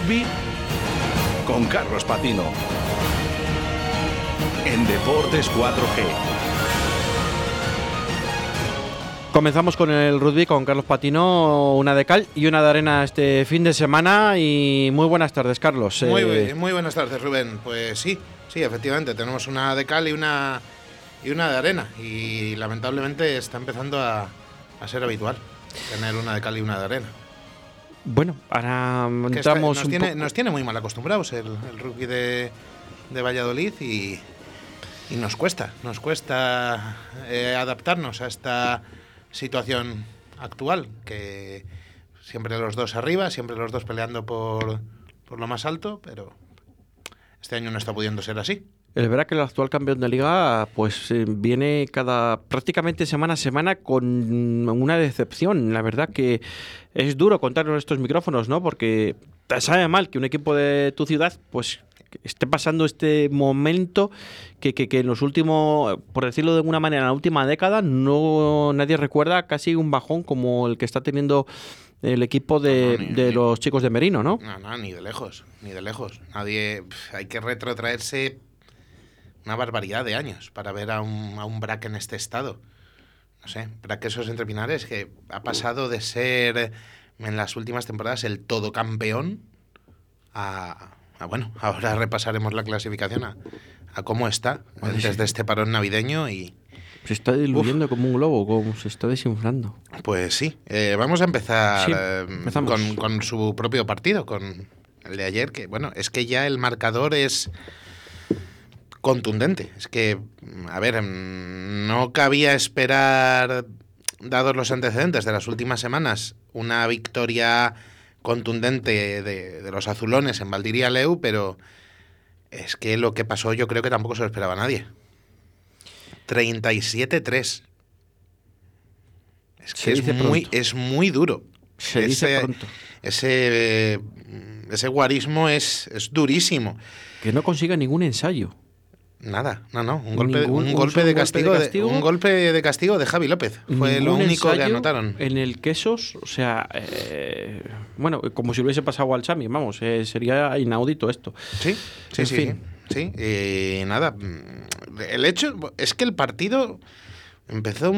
rugby con Carlos Patino. En Deportes 4G. Comenzamos con el rugby con Carlos Patino, una de cal y una de arena este fin de semana. Y muy buenas tardes, Carlos. Muy buenas tardes, Rubén. Pues sí, efectivamente, tenemos una de cal y una de arena. Y lamentablemente está empezando a ser habitual tener una de cal y una de arena. Bueno, ahora entramos nos tiene muy mal acostumbrados el rugby de Valladolid y nos cuesta adaptarnos a esta situación actual, que siempre los dos arriba, siempre los dos peleando por lo más alto, pero este año no está pudiendo ser así. El verdad que el actual campeón de liga pues viene prácticamente semana a semana con una decepción. La verdad que es duro contarlo en estos micrófonos, ¿no? Porque te sabe mal que un equipo de tu ciudad pues esté pasando este momento que en los últimos, por decirlo de alguna manera, en la última década nadie recuerda casi un bajón como el que está teniendo el equipo de los chicos de Merino, ¿no? No, ni de lejos. Nadie, hay que retrotraerse una barbaridad de años para ver a un BRAC en este estado. No sé, BRAC Quesos Entre Pinares, que ha pasado de ser en las últimas temporadas el todo campeón bueno, ahora repasaremos la clasificación a cómo está desde este parón navideño y se está diluyendo como un globo, como se está desinflando. Pues sí, vamos a empezar con su propio partido, con el de ayer, que bueno, es que ya el marcador es contundente. Es que, a ver, no cabía esperar, dados los antecedentes de las últimas semanas, una victoria contundente de los azulones en Valdiria Leu, pero es que lo que pasó yo creo que tampoco se lo esperaba nadie. 37-3. Es que es muy duro. Se dice pronto. Ese guarismo es durísimo. Que no consiga ningún ensayo. Nada, no. Un golpe de castigo de Javi López. Fue lo único que anotaron. En el Quesos, o sea, bueno, como si hubiese pasado al Chami, vamos, sería inaudito esto. Sí. Y nada, el hecho es que el partido empezó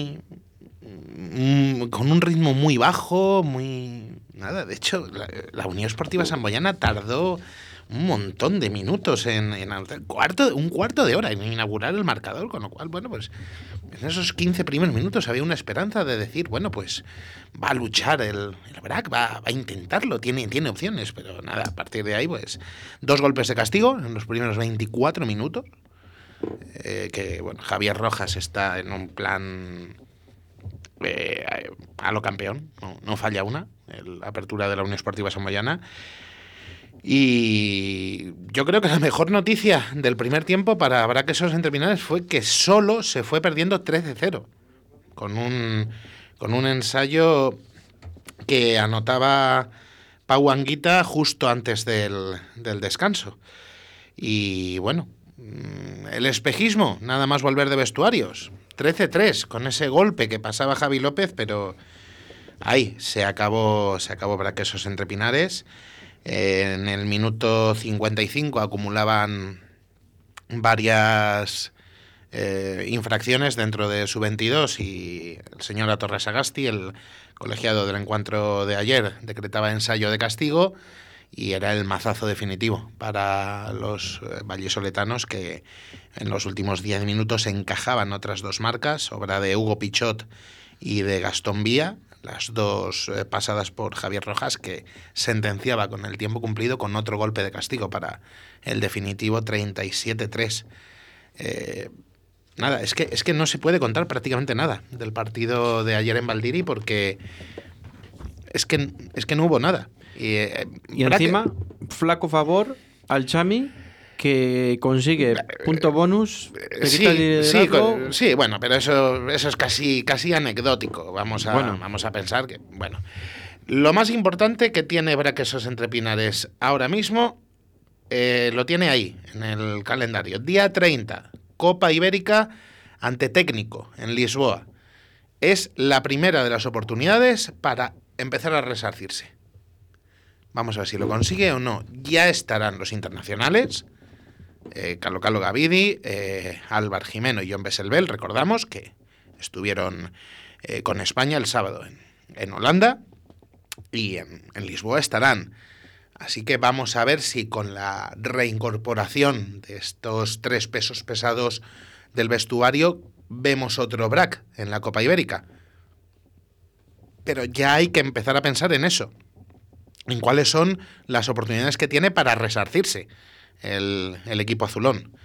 con un ritmo muy bajo, nada. De hecho, la Unión Esportiva Samboyana tardó un montón de minutos un cuarto de hora en inaugurar el marcador, con lo cual, bueno, pues en esos 15 primeros minutos había una esperanza de decir, bueno, pues va a luchar el BRAC, va a intentarlo, tiene opciones, pero nada, a partir de ahí, pues 2 golpes de castigo en los primeros 24 minutos, que, bueno, Javier Rojas está en un plan a lo campeón, no falla una, la apertura de la Unión Esportiva Samboyana. Y yo creo que la mejor noticia del primer tiempo para BRAC Quesos Entre Pinares fue que solo se fue perdiendo 13-0 con un ensayo que anotaba Pau Anguita justo antes del descanso. Y bueno, el espejismo, nada más volver de vestuarios, 13-3 con ese golpe que pasaba Javi López, pero ahí se acabó BRAC Quesos Entre Pinares. En el minuto 55 acumulaban varias infracciones dentro de su 22 y el señor Atorre Sagasti, el colegiado del encuentro de ayer, decretaba ensayo de castigo y era el mazazo definitivo para los vallisoletanos, que en los últimos 10 minutos encajaban otras 2 marcas, obra de Hugo Pichot y de Gastón Vía, las 2 pasadas por Javier Rojas, que sentenciaba con el tiempo cumplido con otro golpe de castigo para el definitivo 37-3. Nada, es que no se puede contar prácticamente nada del partido de ayer en Valdiri, porque es que no hubo nada. Y encima, flaco favor al Chami, que consigue punto bonus. Sí, bueno, pero eso es casi anecdótico. Vamos a pensar que, bueno, lo más importante que tiene BRAC Quesos Entre Pinares ahora mismo, lo tiene ahí, en el calendario. Día 30, Copa Ibérica ante Técnico, en Lisboa. Es la primera de las oportunidades para empezar a resarcirse. Vamos a ver si lo consigue o no. Ya estarán los internacionales, Carlo Gavidi, Álvar Jimeno y John Besselbel, recordamos que estuvieron con España el sábado en Holanda, y en Lisboa estarán. Así que vamos a ver si con la reincorporación de estos 3 pesos pesados del vestuario vemos otro BRAC en la Copa Ibérica. Pero ya hay que empezar a pensar en eso, en cuáles son las oportunidades que tiene para resarcirse el equipo azulón.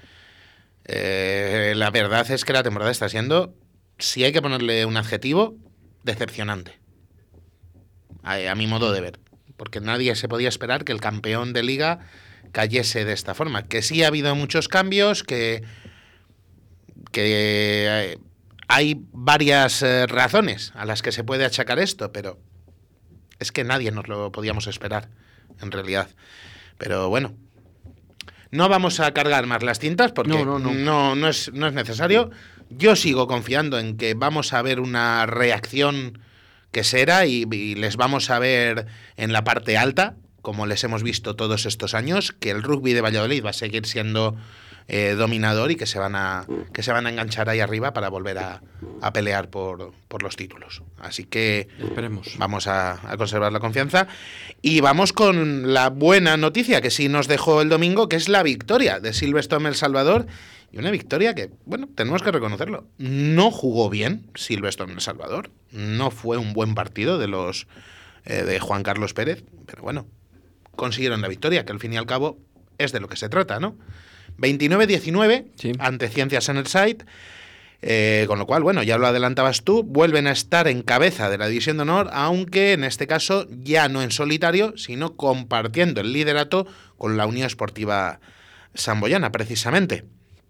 La verdad es que la temporada está siendo, si hay que ponerle un adjetivo, decepcionante, a mi modo de ver, porque nadie se podía esperar que el campeón de liga cayese de esta forma. Que sí ha habido muchos cambios, que hay varias razones a las que se puede achacar esto, pero es que nadie nos lo podíamos esperar, en realidad. Pero bueno, no vamos a cargar más las tintas porque no es necesario. Yo sigo confiando en que vamos a ver una reacción que será y les vamos a ver en la parte alta, como les hemos visto todos estos años, que el rugby de Valladolid va a seguir siendo dominador y que se van a enganchar ahí arriba para volver a pelear por los títulos. Así que esperemos. Vamos a conservar la confianza y vamos con la buena noticia que sí nos dejó el domingo, que es la victoria de Silverstone El Salvador, y una victoria que, bueno, tenemos que reconocerlo, no jugó bien Silverstone El Salvador, no fue un buen partido de los de Juan Carlos Pérez, pero bueno, consiguieron la victoria, que al fin y al cabo es de lo que se trata, ¿no? 29-19 sí, ante Ciencias Enerside, con lo cual, bueno, ya lo adelantabas tú, vuelven a estar en cabeza de la División de Honor, aunque en este caso ya no en solitario, sino compartiendo el liderato con la Unión Esportiva Samboyana, precisamente.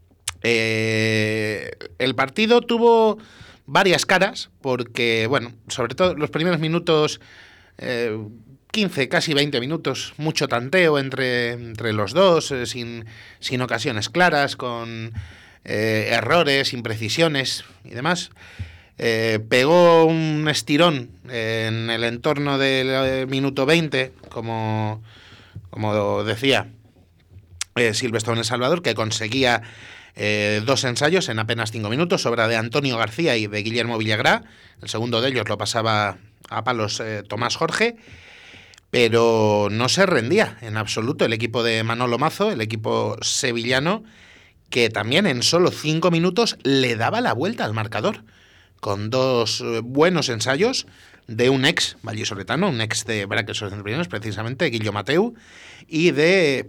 El partido tuvo varias caras, porque, bueno, sobre todo los primeros minutos, 15, casi 20 minutos, mucho tanteo entre los dos, sin ocasiones claras, con errores, imprecisiones y demás. Pegó un estirón en el entorno del minuto 20, como decía Silverstone El Salvador, que conseguía 2 ensayos en apenas 5 minutos, obra de Antonio García y de Guillermo Villagrá. El segundo de ellos lo pasaba a palos Tomás Jorge, pero no se rendía en absoluto el equipo de Manolo Mazo, el equipo sevillano, que también en solo 5 minutos le daba la vuelta al marcador, con 2 buenos ensayos de un ex vallisoletano, un ex de Braques Centurions, precisamente, Guillo Mateu, y de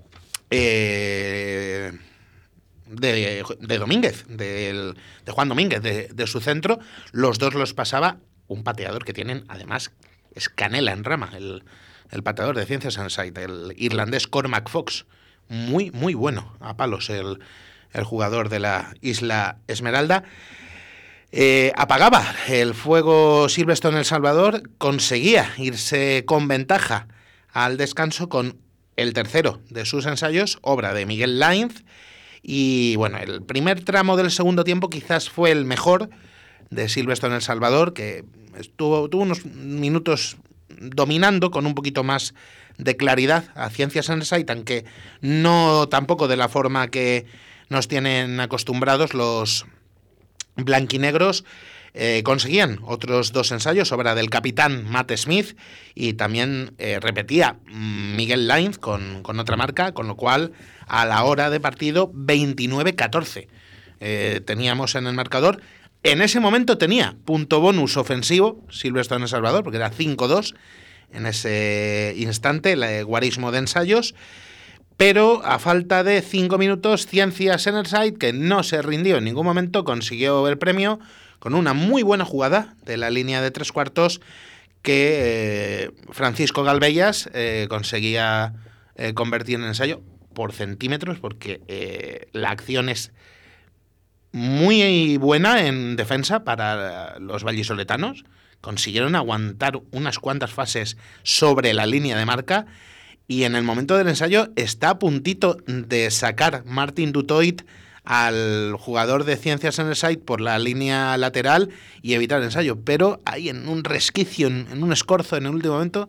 Domínguez, de Juan Domínguez, de su centro. Los dos los pasaba un pateador que tienen, además, es canela en rama, el pateador de Ciencias Enerside, el irlandés Cormac Fox, muy, muy bueno a palos el jugador de la Isla Esmeralda. Apagaba el fuego Silverstone El Salvador, conseguía irse con ventaja al descanso con el tercero de sus ensayos, obra de Miguel Lainz. Y bueno, el primer tramo del segundo tiempo quizás fue el mejor de Silverstone El Salvador, que tuvo unos minutos dominando con un poquito más de claridad a Ciencias Enerside, aunque no tampoco de la forma que nos tienen acostumbrados los blanquinegros. Conseguían otros 2 ensayos, obra del capitán Matt Smith, y también repetía Miguel Lainz con otra marca, con lo cual a la hora de partido 29-14 teníamos en el marcador. En ese momento tenía punto bonus ofensivo Silverstone El Salvador, porque era 5-2 en ese instante, el guarismo de ensayos, pero a falta de 5 minutos Ciencias Enerside, que no se rindió en ningún momento, consiguió el premio con una muy buena jugada de la línea de 3/4 que Francisco Galbellas conseguía convertir en ensayo por centímetros, porque la acción es muy buena en defensa para los vallisoletanos. Consiguieron aguantar unas cuantas fases sobre la línea de marca, y en el momento del ensayo está a puntito de sacar Martin Dutoit al jugador de Ciencias Enerside por la línea lateral y evitar el ensayo, pero ahí en un resquicio, en un escorzo en el último momento,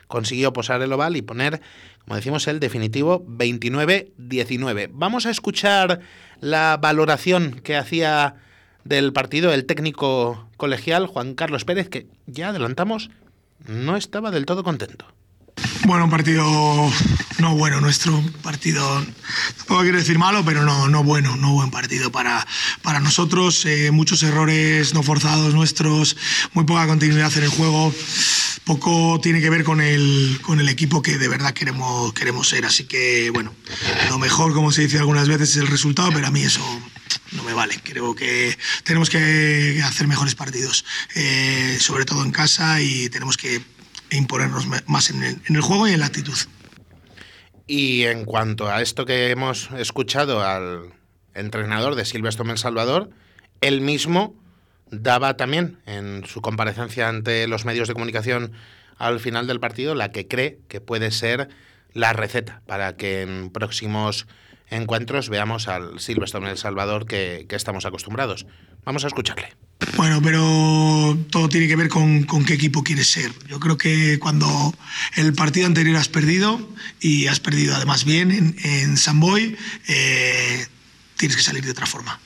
consiguió posar el oval y poner, como decimos, el definitivo 29-19. Vamos a escuchar la valoración que hacía del partido el técnico colegial Juan Carlos Pérez, que ya adelantamos, no estaba del todo contento. Bueno, un partido no bueno nuestro, un partido, no quiero decir malo, pero no bueno, no buen partido para nosotros, muchos errores no forzados nuestros, muy poca continuidad en el juego, poco tiene que ver con el equipo que de verdad queremos ser, así que bueno, lo mejor, como se dice algunas veces, es el resultado, pero a mí eso no me vale. Creo que tenemos que hacer mejores partidos, sobre todo en casa, y tenemos que imponernos más en el juego y en la actitud. Y en cuanto a esto que hemos escuchado al entrenador de Silverstone El Salvador, él mismo daba también en su comparecencia ante los medios de comunicación al final del partido la que cree que puede ser la receta para que en próximos encuentros veamos al Silverstone El Salvador que estamos acostumbrados. Vamos a escucharle. Bueno, pero todo tiene que ver con qué equipo quieres ser. Yo creo que cuando el partido anterior has perdido, y has perdido además bien en Sant Boi, tienes que salir de otra forma.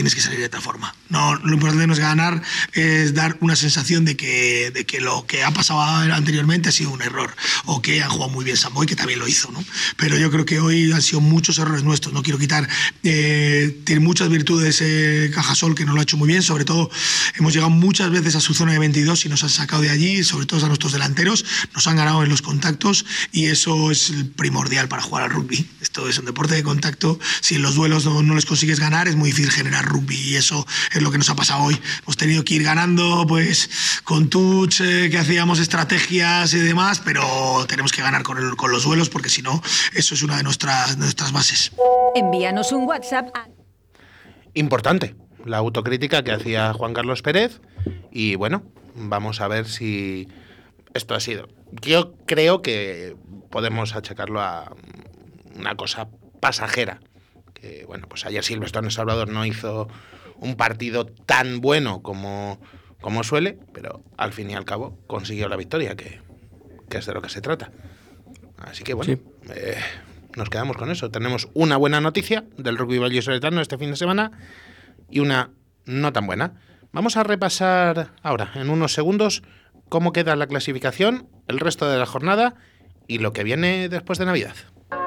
No, lo importante no es ganar, es dar una sensación de que lo que ha pasado anteriormente ha sido un error, o que han jugado muy bien Sant Boi, que también lo hizo, ¿no? Pero yo creo que hoy han sido muchos errores nuestros. No quiero quitar, tiene muchas virtudes Cajasol, que nos lo ha hecho muy bien. Sobre todo hemos llegado muchas veces a su zona de 22 y nos han sacado de allí, sobre todo a nuestros delanteros, nos han ganado en los contactos, y eso es primordial para jugar al rugby. Esto es un deporte de contacto. Si en los duelos no les consigues ganar, es muy difícil generar rugby, y eso es lo que nos ha pasado hoy. Hemos tenido que ir ganando pues con touch, que hacíamos estrategias y demás, pero tenemos que ganar con los duelos, porque si no, eso es una de nuestras bases. Envíanos un WhatsApp a... Importante la autocrítica que hacía Juan Carlos Pérez, y bueno, vamos a ver si esto ha sido. Yo creo que podemos achacarlo a una cosa pasajera. Que bueno, pues ayer Silverstone El Salvador no hizo un partido tan bueno como suele, pero al fin y al cabo consiguió la victoria, que es de lo que se trata. Así que bueno, sí. Nos quedamos con eso. Tenemos una buena noticia del rugby vallisoletano este fin de semana y una no tan buena. Vamos a repasar ahora, en unos segundos, cómo queda la clasificación, el resto de la jornada y lo que viene después de Navidad.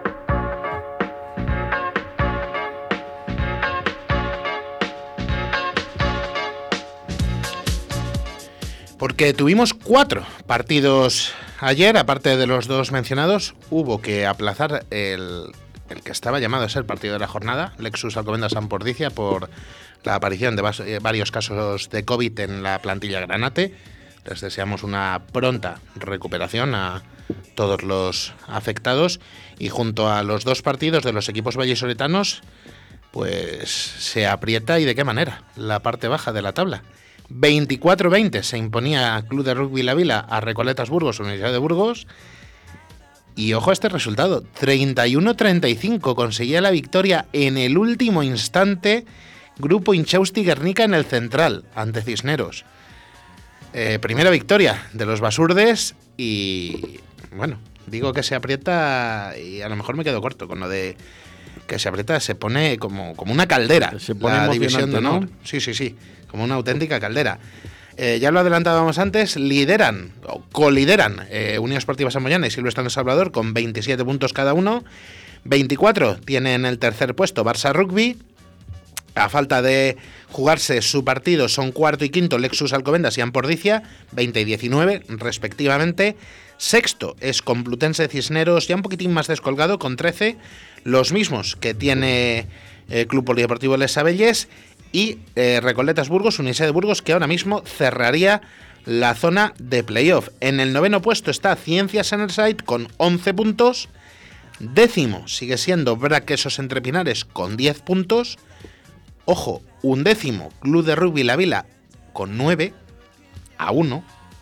Porque tuvimos 4 partidos ayer, aparte de los 2 mencionados, hubo que aplazar el que estaba llamado a ser partido de la jornada, Lexus Alcobendas Ampordicia, por la aparición de varios casos de COVID en la plantilla granate. Les deseamos una pronta recuperación a todos los afectados, y junto a los 2 partidos de los equipos vallisoletanos, pues se aprieta, y de qué manera, la parte baja de la tabla. 24-20 se imponía Club de Rugby La Vila a Recoletas Burgos, Universidad de Burgos. Y ojo a este resultado, 31-35 conseguía la victoria en el último instante Grupo Inchausti Guernica en el Central, ante Cisneros. Primera victoria de los basurdes, y bueno, digo que se aprieta, y a lo mejor me quedo corto con lo de que se aprieta. Se pone como una caldera, se pone la división de honor, ¿no? Sí, como una auténtica caldera. Ya lo adelantábamos antes, lideran o colideran Unión Esportiva Samboyana y Silverstone El Salvador con 27 puntos cada uno. 24 tienen el tercer puesto Barça Rugby. A falta de jugarse su partido son cuarto y quinto Lexus Alcobendas y Ampordicia, 20 y 19 respectivamente. Sexto es Complutense Cisneros, ya un poquitín más descolgado, con 13, los mismos que tiene Club Polideportivo Les Sabelles. Y Recoletas Burgos, Universidad de Burgos, que ahora mismo cerraría la zona de playoff. En el noveno puesto está Ciencias Enerside con 11 puntos. Décimo sigue siendo Braquesos Entre Pinares con 10 puntos. Ojo, undécimo Club de Rugby La Vila con 9 a 1.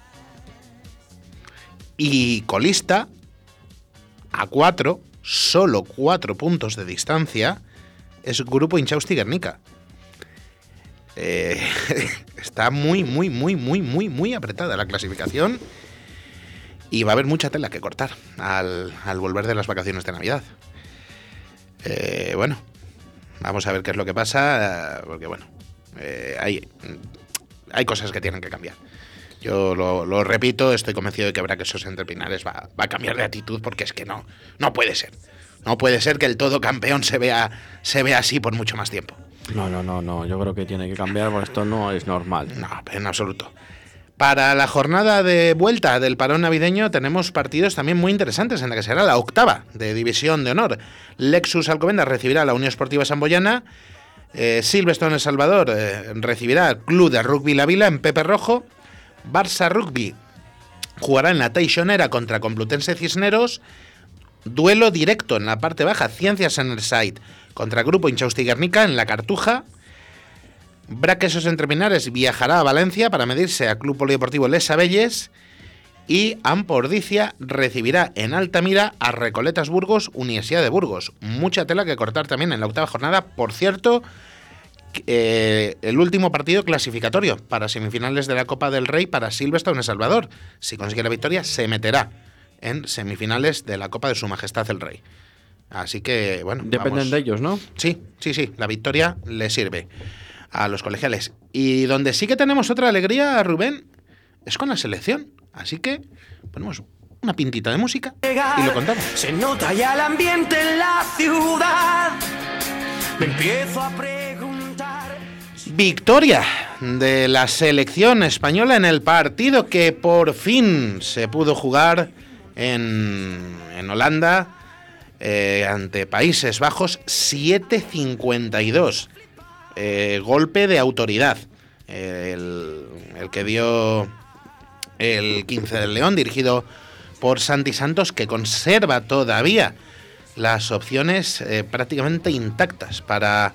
Y colista a 4, solo 4 puntos de distancia, es Grupo Inchausti Guernica. Está muy apretada la clasificación, Y va a haber mucha tela que cortar al volver de las vacaciones de Navidad. Bueno, vamos a ver qué es lo que pasa, porque bueno, hay cosas que tienen que cambiar. Yo lo repito, estoy convencido de que Braquesos Entre Pinares va a cambiar de actitud, porque es que no puede ser. No puede ser que el todo campeón se vea así por mucho más tiempo. No, yo creo que tiene que cambiar, porque esto no es normal. No, en absoluto. Para la jornada de vuelta del parón navideño tenemos partidos también muy interesantes, en la que será la 8ª de División de Honor. Lexus Alcobendas recibirá a la Unión Esportiva Samboyana. Silverstone El Salvador recibirá al Club de Rugby La Vila en Pepe Rojo. Barça Rugby jugará en la Teixonera contra Complutense Cisneros. Duelo directo en la parte baja, Ciencias Enerside contra Grupo Inchausti Guernica en la Cartuja. Braquesos Entre Pinares viajará a Valencia para medirse a Club Polideportivo Les Abelles. Y Ampordicia recibirá en Altamira a Recoletas Burgos, Universidad de Burgos. Mucha tela que cortar también en la 8ª jornada. Por cierto, el último partido clasificatorio para semifinales de la Copa del Rey para Silverstone El Salvador. Si consigue la victoria, se meterá en semifinales de la Copa de Su Majestad el Rey. Así que, bueno, dependen de ellos, ¿no? Sí, la victoria le sirve a los colegiales. Y donde sí que tenemos otra alegría, Rubén, es con la selección. Así que ponemos una pintita de música y lo contamos. Se nota ya el ambiente en la ciudad. Me empiezo a preguntar. Victoria de la selección española en el partido que por fin se pudo jugar en Holanda ante Países Bajos. 7-52. Golpe de autoridad. El que dio el 15 del León, dirigido por Santi Santos, que conserva todavía las opciones prácticamente intactas para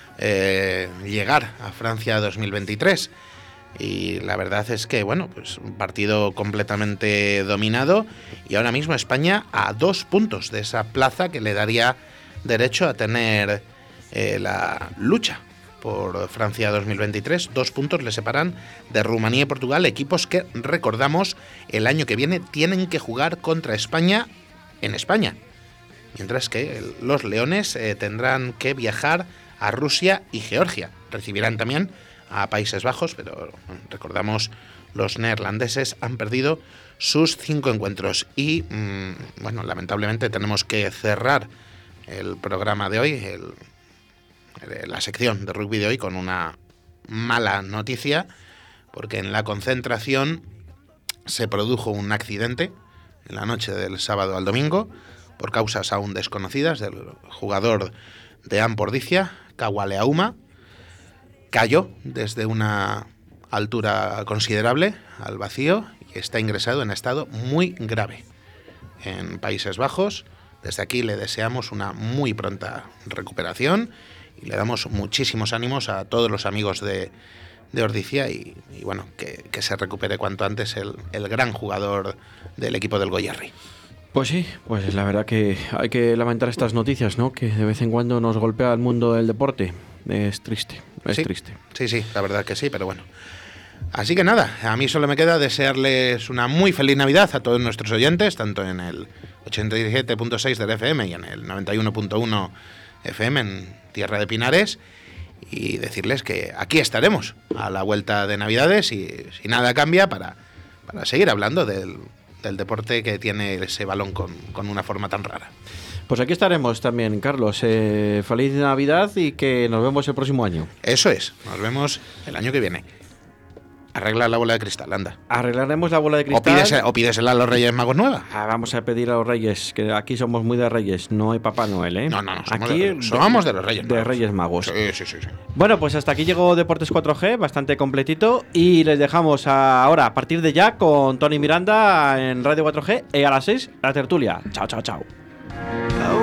llegar a Francia 2023. Y la verdad es que, bueno, pues un partido completamente dominado, y ahora mismo España a 2 puntos de esa plaza que le daría derecho a tener la lucha por Francia 2023. 2 puntos le separan de Rumanía y Portugal, equipos que, recordamos, el año que viene tienen que jugar contra España en España, mientras que los leones tendrán que viajar a Rusia y Georgia. Recibirán también a Países Bajos, pero recordamos, los neerlandeses han perdido sus 5 encuentros. Y, bueno, lamentablemente tenemos que cerrar el programa de hoy, la sección de rugby de hoy, con una mala noticia, porque en la concentración se produjo un accidente en la noche del sábado al domingo, por causas aún desconocidas, del jugador de Ampordicia, Kawaleauma. Cayó desde una altura considerable al vacío y está ingresado en estado muy grave en Países Bajos. Desde aquí le deseamos una muy pronta recuperación y le damos muchísimos ánimos a todos los amigos de Ordizia y bueno, que se recupere cuanto antes el gran jugador del equipo del Goierri. Pues sí, pues la verdad que hay que lamentar estas noticias, ¿no? Que de vez en cuando nos golpea el mundo del deporte. Es triste, triste. Sí, la verdad que sí, pero bueno. Así que nada, a mí solo me queda desearles una muy feliz Navidad a todos nuestros oyentes, tanto en el 87.6 del FM y en el 91.1 FM en Tierra de Pinares, y decirles que aquí estaremos a la vuelta de Navidades y si nada cambia para seguir hablando del deporte que tiene ese balón con una forma tan rara. Pues aquí estaremos también, Carlos. Feliz Navidad y que nos vemos el próximo año. Eso es, nos vemos el año que viene. Arregla la bola de cristal, anda. Arreglaremos la bola de cristal. O pídesela a los Reyes Magos nueva. Vamos a pedir a los Reyes, que aquí somos muy de Reyes, no hay Papá Noel, ¿eh? No, aquí somos de los Reyes Magos. De Reyes Magos. Sí. Bueno, pues hasta aquí llegó Deportes 4G, bastante completito, y les dejamos ahora, a partir de ya, con Tony Miranda en Radio 4G, y a las 6, la tertulia. Chao.